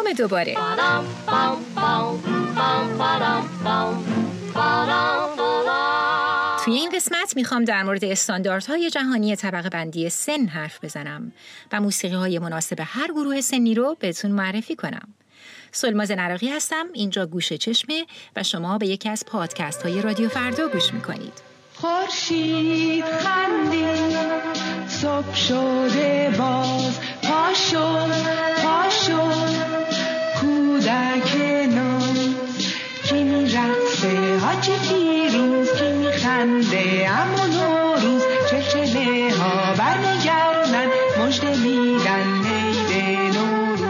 سلام دوباره. توی این قسمت میخوام در مورد استانداردهای جهانی طبقه بندی سن حرف بزنم و موسیقی‌های مناسب هر گروه سنی رو بهتون معرفی کنم. سلماز نراقی هستم، اینجا گوش چشمه و شما به یکی از پادکست های رادیو فردا گوش میکنید. خورشید خندید، صبح شده باز، پا شد کودک ناز، کی میرقصه حاجی فیروز، کی میخنده اما نوروز، چهچهه ها برمیگردن مژده میدن عید نوروز.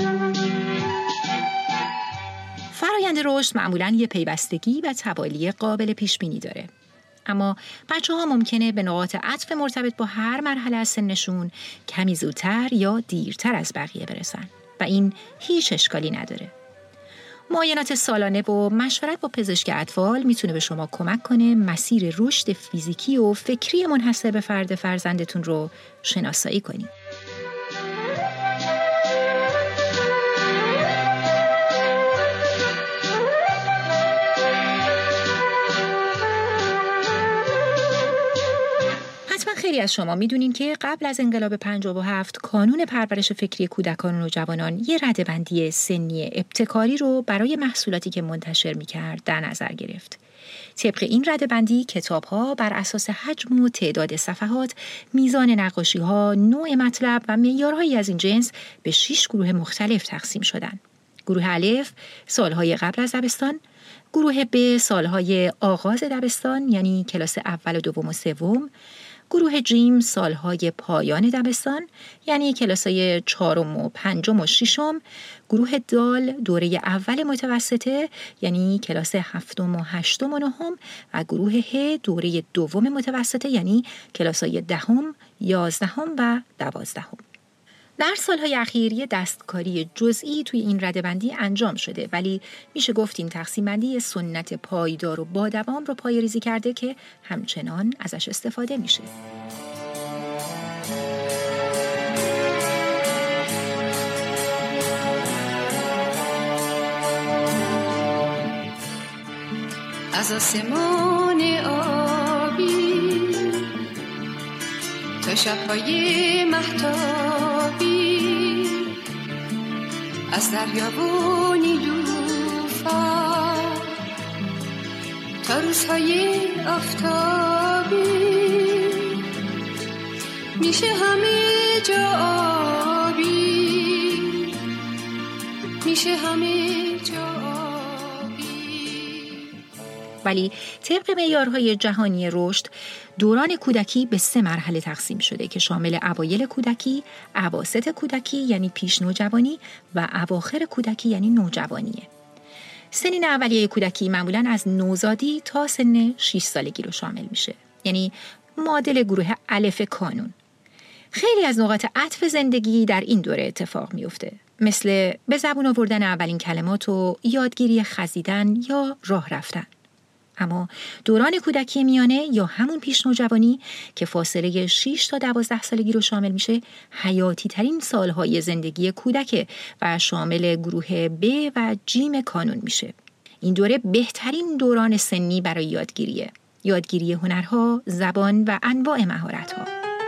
فرایند رشد معمولاً یه پیوستگی و توالی قابل پیش بینی داره. اما بچه‌ها ممکنه به نقاط عطف مرتبط با هر مرحله از سنشون کمی زودتر یا دیرتر از بقیه برسن و این هیچ اشکالی نداره. معاینات سالانه و مشورت با پزشک اطفال میتونه به شما کمک کنه مسیر رشد فیزیکی و فکری منحصر به فرد فرزندتون رو شناسایی کنید. خیلی از شما میدونین که قبل از انقلاب 57 کانون پرورش فکری کودکان و نوجوانان یه رده‌بندی سنی ابتکاری رو برای محصولاتی که منتشر میکرد در نظر گرفت. طبق این رده‌بندی کتاب‌ها بر اساس حجم و تعداد صفحات، میزان نقاشی‌ها، نوع مطلب و معیارهایی از این جنس به 6 گروه مختلف تقسیم شدن. گروه الف سالهای قبل از دبستان، گروه ب سالهای آغاز دبستان یعنی کلاس اول و دوم و سوم، گروه جیم سالهای پایان دبستان یعنی کلاسای چهارم و پنجم و ششم، گروه دال دوره اول متوسطه یعنی کلاس هفتم و هشتم و نهم و گروه ه دوره دوم متوسطه یعنی کلاسای دهم، یازدهم و دوازدهم. در سالهای اخیر یه دستکاری جزئی توی این رده‌بندی انجام شده، ولی میشه گفت این تقسیم بندی سنت پایدار و با دوام رو پایه‌ریزی کرده که همچنان ازش استفاده میشه. از آسمان آبی تا شب‌های مهتابی، از دریا و نیلوفر تا روزهای آفتابی، میشه همه جا آبی، میشه همه جا آبی. ولی طبق معیارهای جهانی رشد دوران کودکی به 3 مرحله تقسیم شده که شامل اوایل کودکی، اواسط کودکی یعنی پیش نوجوانی و اواخر کودکی یعنی نوجوانیه. سنین اولیه کودکی معمولاً از نوزادی تا سن 6 سالگی رو شامل میشه، یعنی معادل گروه الف کانون. خیلی از نقاط عطف زندگی در این دوره اتفاق میفته، مثل به زبون آوردن اولین کلمات و یادگیری خزیدن یا راه رفتن. اما دوران کودکی میانه یا همون پیش نوجوانی که فاصله 6 تا 12 سالگی رو شامل میشه، حیاتی ترین سالهای زندگی کودکه و شامل گروه ب و جیم کانون میشه. این دوره بهترین دوران سنی برای یادگیریه، یادگیری هنرها، زبان و انواع مهارت‌ها.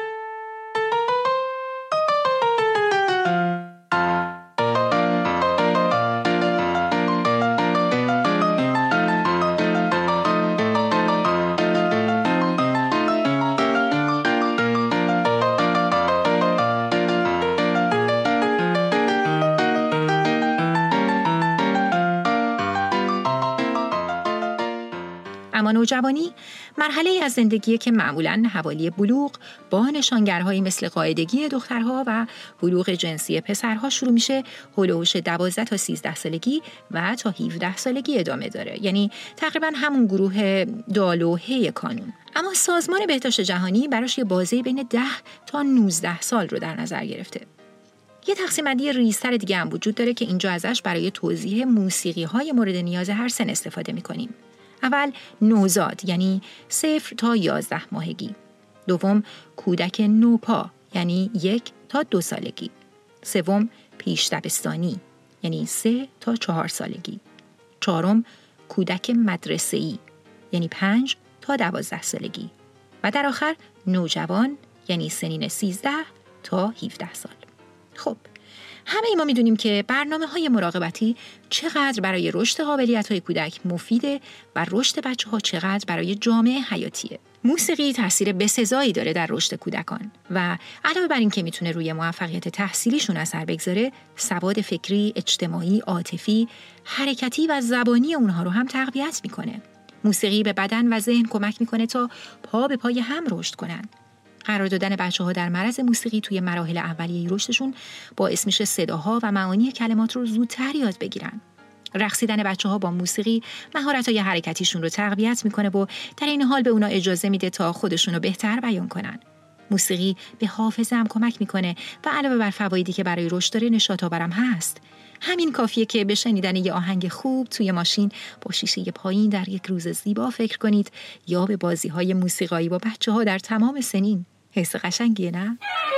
اما نوجوانی مرحله از زندگیه که معمولاً حوالی بلوغ با نشانگرهایی مثل قاعدگی دخترها و بلوغ جنسی پسرها شروع میشه، هولوش 12 تا 13 سالگی و تا 17 سالگی ادامه داره، یعنی تقریباً همون گروه دال و هی کانون. اما سازمان بهداشت جهانی براش یه بازه بین 10 تا 19 سال رو در نظر گرفته. یه تقسیم بندی ریزتر دیگه هم وجود داره که اینجا ازش برای توضیح موسیقی‌های مورد نیاز هر سن استفاده می‌کنیم. اول نوزاد یعنی 0 تا 11 ماهگی. دوم کودک نوپا یعنی 1 تا 2 سالگی. سوم پیش دبستانی. یعنی 3 تا 4 سالگی. 4م کودک مدرسه‌ای یعنی 5 تا 12 سالگی. و در آخر نوجوان یعنی سنین 13 تا 17 سال. خب همه ما میدونیم که برنامه‌های مراقبتی چقدر برای رشد قابلیت‌های کودک مفیده و رشد بچه‌ها چقدر برای جامعه حیاتیه. موسیقی تاثیر بسزایی داره در رشد کودکان و علاوه بر این که میتونه روی موفقیت تحصیلیشون اثر بگذاره، سواد فکری، اجتماعی، عاطفی، حرکتی و زبانی اونها رو هم تقویت میکنه. موسیقی به بدن و ذهن کمک میکنه تا پا به پای هم رشد کنن. قرار دادن بچه‌ها در معرض موسیقی توی مراحل اولیه رشدشون باعث میشه صداها و معانی کلمات رو زودتر یاد بگیرن. رقصیدن بچه‌ها با موسیقی مهارت‌های حرکتیشون رو تقویت میکنه و در این حال به اونا اجازه میده تا خودشون رو بهتر بیان کنن. موسیقی به حافظه هم کمک میکنه و علاوه بر فوایدی که برای رشد داره نشاط‌آورم هست. همین کافیه که به شنیدن یه آهنگ خوب توی ماشین با شیشه پایین در یک روز زیبا فکر کنید یا به بازی‌های موسیقایی با بچه‌ها در تمام سنین. حس قشنگیه نه؟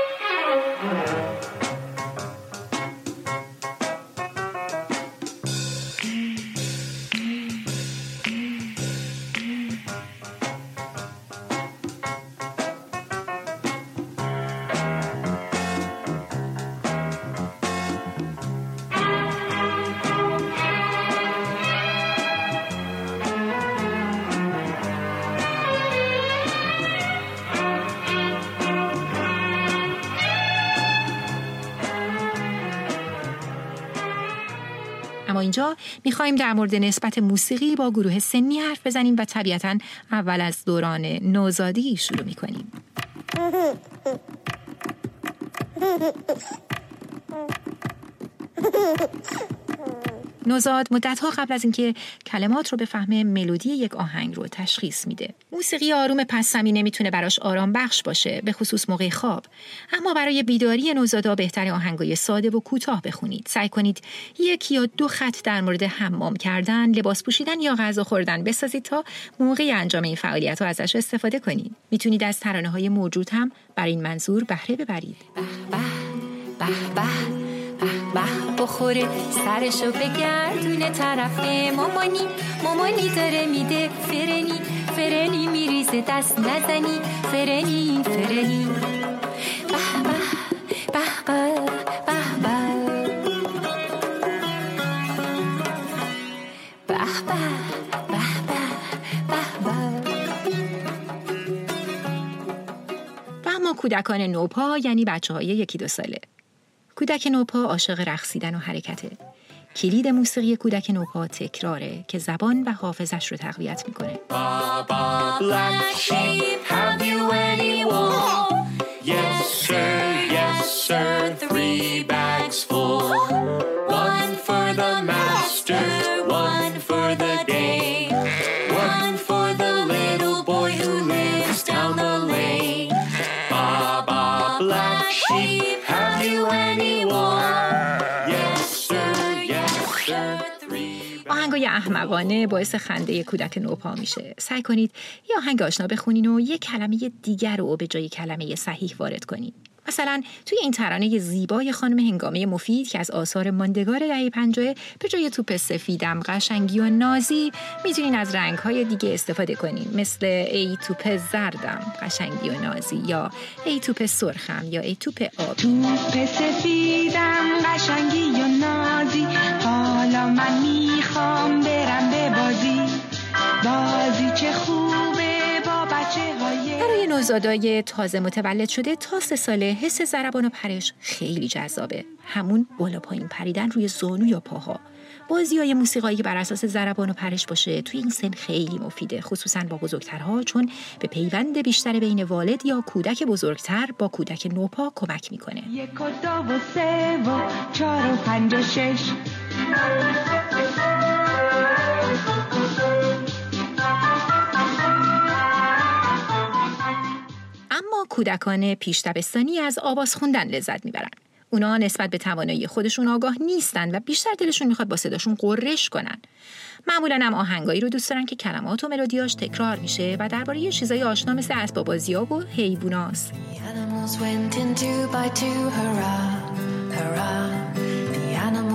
اما اینجا میخوایم در مورد نسبت موسیقی با گروه سنی حرف بزنیم و طبیعتاً اول از دوران نوزادی شروع میکنیم. نوزاد مدت‌ها قبل از اینکه کلمات رو بفهمه ملودی یک آهنگ رو تشخیص میده. موسیقی آروم پس زمینه میتونه براش آرام بخش باشه، به خصوص موقع خواب. اما برای بیداری نوزادا بهتره آهنگای ساده و کوتاه بخونید. سعی کنید 1 یا 2 خط در مورد حمام کردن، لباس پوشیدن یا غذا خوردن بسازید تا موقع انجام این فعالیت‌ها ازش استفاده کنید. میتونید از ترانه‌های موجود هم برای این منظور بهره ببرید. به بخوره سرشو بگردونه طرف مامانی داره میده فرنی میریزه دست نزنی فرنی و اما کودکان نوپا یعنی بچه‌های 1-2 ساله. کودک نوپا عاشق رقصیدن و حرکته. کلید موسیقی کودک نوپا تکراره که زبان و حافظش رو تقویت میکنه. Baba black sheep, have you any wool? Yes sir, 3 bags full. 1 for the master, 1 for the dame, 1 for the little boy who lives down the lane. Baba black sheep, have you any wool? Yes sir, 3 آهنگای احمقانه باعث خنده کودک نوپا میشه. سعی کنید یه آهنگ آشنا بخونین و یه کلمه دیگر رو به جای کلمه صحیح وارد کنین. مثلا توی این ترانه زیبای خانم هنگامه مفید که از آثار ماندگار دهه 50 به جای توپ سفیدم قشنگی و نازی میتونین از رنگ‌های دیگه استفاده کنین، مثل ای توپ زردم قشنگی و نازی، یا ای توپ سرخم، یا ای توپ آبی. توپ سفیدم قشنگی و نازی، حالا من میخوام برم به بازی چه خوبه با بچه‌های. برای نوزادای تازه متولد شده تا 3 ساله حس ضربان و پرش خیلی جذابه. همون بالا پایین پریدن روی زانو یا پاها. بازی‌های موسیقایی که بر اساس ضربان و پرش باشه توی این سن خیلی مفیده، خصوصا با بزرگترها، چون به پیوند بیشتر بین والد یا کودک بزرگتر با کودک نوپا کمک میکنه. 1 و 2 و 3 و 4 و 5 و 6. اما کودکان پیش دبستانی از آواز خوندن لذت میبرن. اونا نسبت به توانایی خودشون آگاه نیستن و بیشتر دلشون میخواد با صداشون قررش کنن. معمولاً هم آهنگایی رو دوست دارن که کلمات و ملودیاش تکرار میشه و درباره یه چیزای آشنا مثل اسباب بازی‌ها و حیواناست.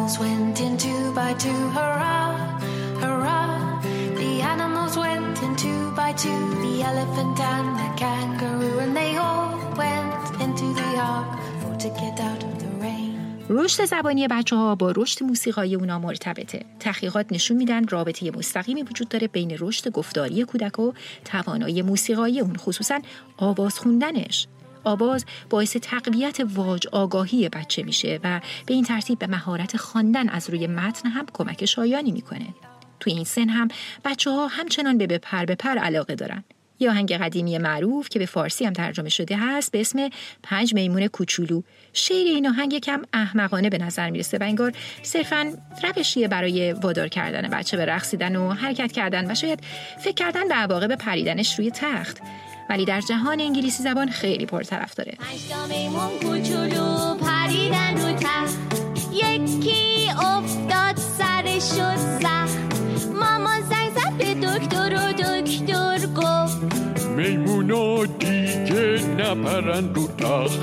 animals went in two by two, hurrah, hurrah. The animals went in two by two, the elephant and the kangaroo, and they all went into the ark for to get out of the rain. رشد زبانی بچه‌ها با رشد موسیقایی اونا مرتبطه. تحقیقات نشون میدن رابطه مستقیمی وجود داره بین رشد گفتاری کودک و توانایی موسیقایی اون، خصوصاً آواز خوندنش. آواز باعث تقویت واج آگاهی بچه میشه و به این ترتیب به مهارت خواندن از روی متن هم کمک شایانی میکنه. توی این سن هم بچه‌ها همچنان به پر به پر علاقه دارن. یه آهنگ قدیمی معروف که به فارسی هم ترجمه شده هست به اسم 5 میمون کوچولو. شعر این آهنگ یکم احمقانه به نظر میرسه و انگار صرفاً روشیه برای وادار کردن بچه به رقصیدن و حرکت کردن و شاید فکر کردن به عواقب پریدنش روی تخت. ولی در جهان انگلیسی زبان خیلی پرطرفداره. 5 میمون کوچولو پریدن رو تخت، یکی افتاد سرش شد سخت، مامان زنگ زد به دکتر و دکتر گفت میمونا دیگه نپرن رو تخت.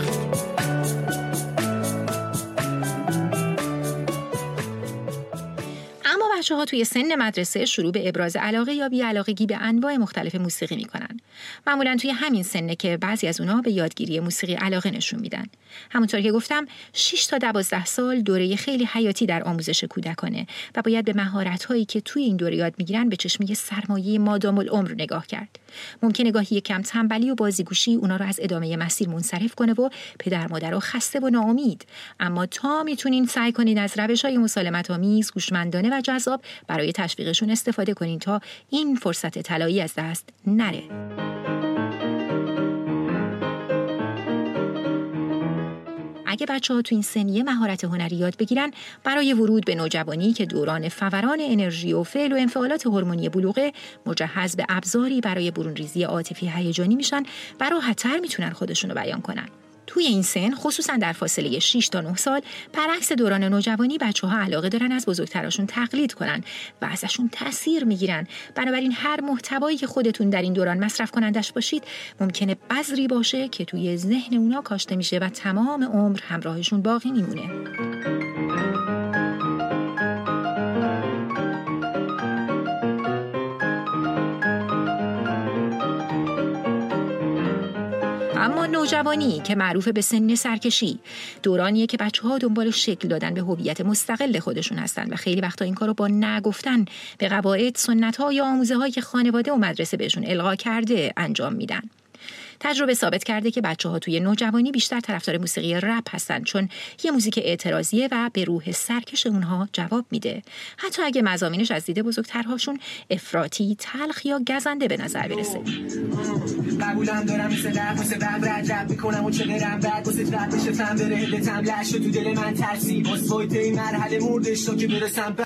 اما بچه‌ها توی سن مدرسه شروع به ابراز علاقه یا بی‌علاقگی به انواع مختلف موسیقی می‌کنن. معمولاً توی همین سنه که بعضی از اونها به یادگیری موسیقی علاقه نشون میدن. همونطور که گفتم 6 تا 12 سال دوره خیلی حیاتی در آموزش کودکانه و باید به مهارت‌هایی که توی این دوره یاد می‌گیرن به چشمه سرمایه مادام العمر نگاه کرد. ممکنه گاهی کم تنبلی و بازیگوشی اونا رو از ادامه مسیر منصرف کنه و پدر مادر رو خسته و ناامید، اما تا میتونین سعی کنین از روش‌های مسالمت‌آمیز، هوشمندانه و جذاب برای تشویقشون استفاده کنین تا این فرصت طلایی از دست نره. اگه بچه‌ها تو این سن یه مهارت هنری یاد بگیرن، برای ورود به نوجوانی که دوران فوران انرژی و فعل و انفعالات هورمونی بلوغه، مجهز به ابزاری برای برونریزی عاطفی هیجانی میشن و راحت‌تر میتونن خودشون رو بیان کنن. توی این سن، خصوصا در فاصله 6 تا 9 سال، برعکس دوران نوجوانی، بچه‌ها علاقه دارن از بزرگتراشون تقلید کنن و ازشون تأثیر میگیرن. بنابراین هر محتوایی که خودتون در این دوران مصرف کنندش باشید، ممکنه بذری باشه که توی ذهن اونا کاشته میشه و تمام عمر همراهشون باقی میمونه. اما نوجوانی که معروف به سن سرکشی، دورانیه که بچه‌ها دنبال شکل دادن به هویت مستقل خودشون هستن و خیلی وقتا این کارو با نگفتن به قواعد، سنت‌ها یا آموزه‌هایی که خانواده و مدرسه بهشون القا کرده انجام میدن. تجربه ثابت کرده که بچه‌ها توی نوجوانی بیشتر طرفدار موسیقی رپ هستن، چون یه موزیک اعتراضیه و به روح سرکش اونها جواب میده، حتی اگه مضامینش از دید بزرگترهاشون افراطی، تلخ یا گزنده به نظر برسه. قبولم دارم مثل رب رد میکنم و چقدرم بعد واسه رد بشه فهم بره هلتم لش تو دل من ترسی باز فایده این مرحله مردش تا که برسم.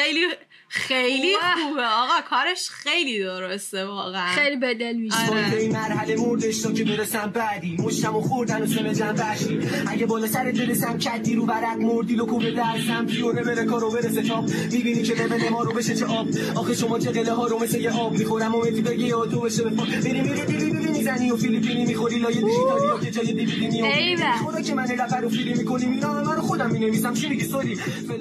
خیلی خوبه آقا، کارش خیلی درسته واقعا، خیلی به دل میشه. این مرحله مردش تا که برسم بعدی مشتمو خوردن و سم جنبشی اگه بالا سر برسم کدی رو برق مردی لکو به درسم پیونه بره کارو برسه تاپ میبینی که لبن ما رو بشه چه آب آخه شما چه قله ها رو مثل یه آب میخورم و متی بگی تو بشه بفا میری زنی و فیلیپینی میخوری لای دیجیتالی ها که جای دیویدی میاد خدا که من رپر رو فیلم میکنیم اینا من خودم مینویسم چی میگی سوری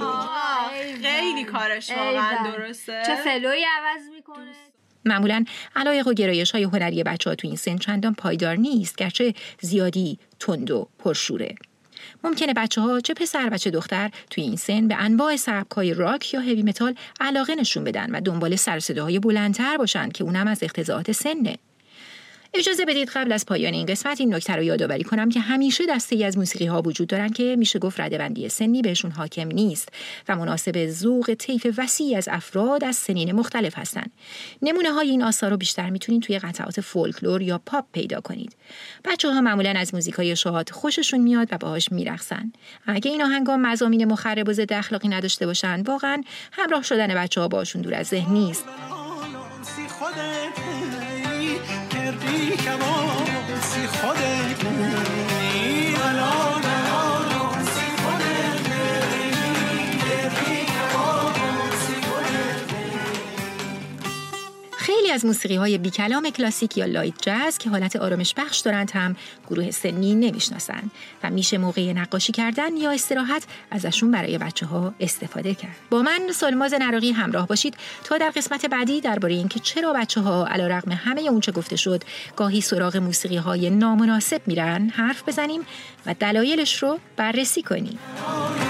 خیلی کارش واقعا درسته. چه فلوی عوض میکنه. معمولاً علایق و گرایش‌های هنری بچه‌ها تو این سن چندان پایدار نیست، گرچه زیادی تند و پرشوره. ممکنه بچه‌ها چه پسر و چه دختر توی این سن به انواع سبک‌های راک یا هوی متال علاقه نشون بدن و دنبال سر و صداهای بلندتر باشن که اونم از اقتضاعات سنه. اجازه بدید قبل از پایان این قسمت این نکته رو یادآوری کنم که همیشه دسته‌ای از موسیقی‌ها وجود دارن که میشه گفت ردبندی سنی بهشون حاکم نیست و مناسب ذوق طیف وسیعی از افراد از سنین مختلف هستن. نمونه‌های این آثار رو بیشتر میتونید توی قطعات فولکلور یا پاپ پیدا کنید. بچه‌ها معمولاً از موزیکای شاد خوششون میاد و باهاش میرقصن. اگه این آهنگا مضامین مخرب و ضد اخلاقی نداشته باشن، واقعاً همراه شدن بچه‌ها باشون دور از ذهن نیست. خیلی از موسیقی‌های بی کلام کلاسیک یا لایت جاز که حالت آرامش بخش دارند هم گروه سنی نمیشناسن و میشه موقع نقاشی کردن یا استراحت ازشون برای بچه‌ها استفاده کرد. با من سالماز نراقی همراه باشید تا در قسمت بعدی درباره اینکه چرا بچه‌ها علیرغم همه اون چه گفته شد گاهی سراغ موسیقی‌های نامناسب میرن حرف بزنیم و دلایلش رو بررسی کنیم.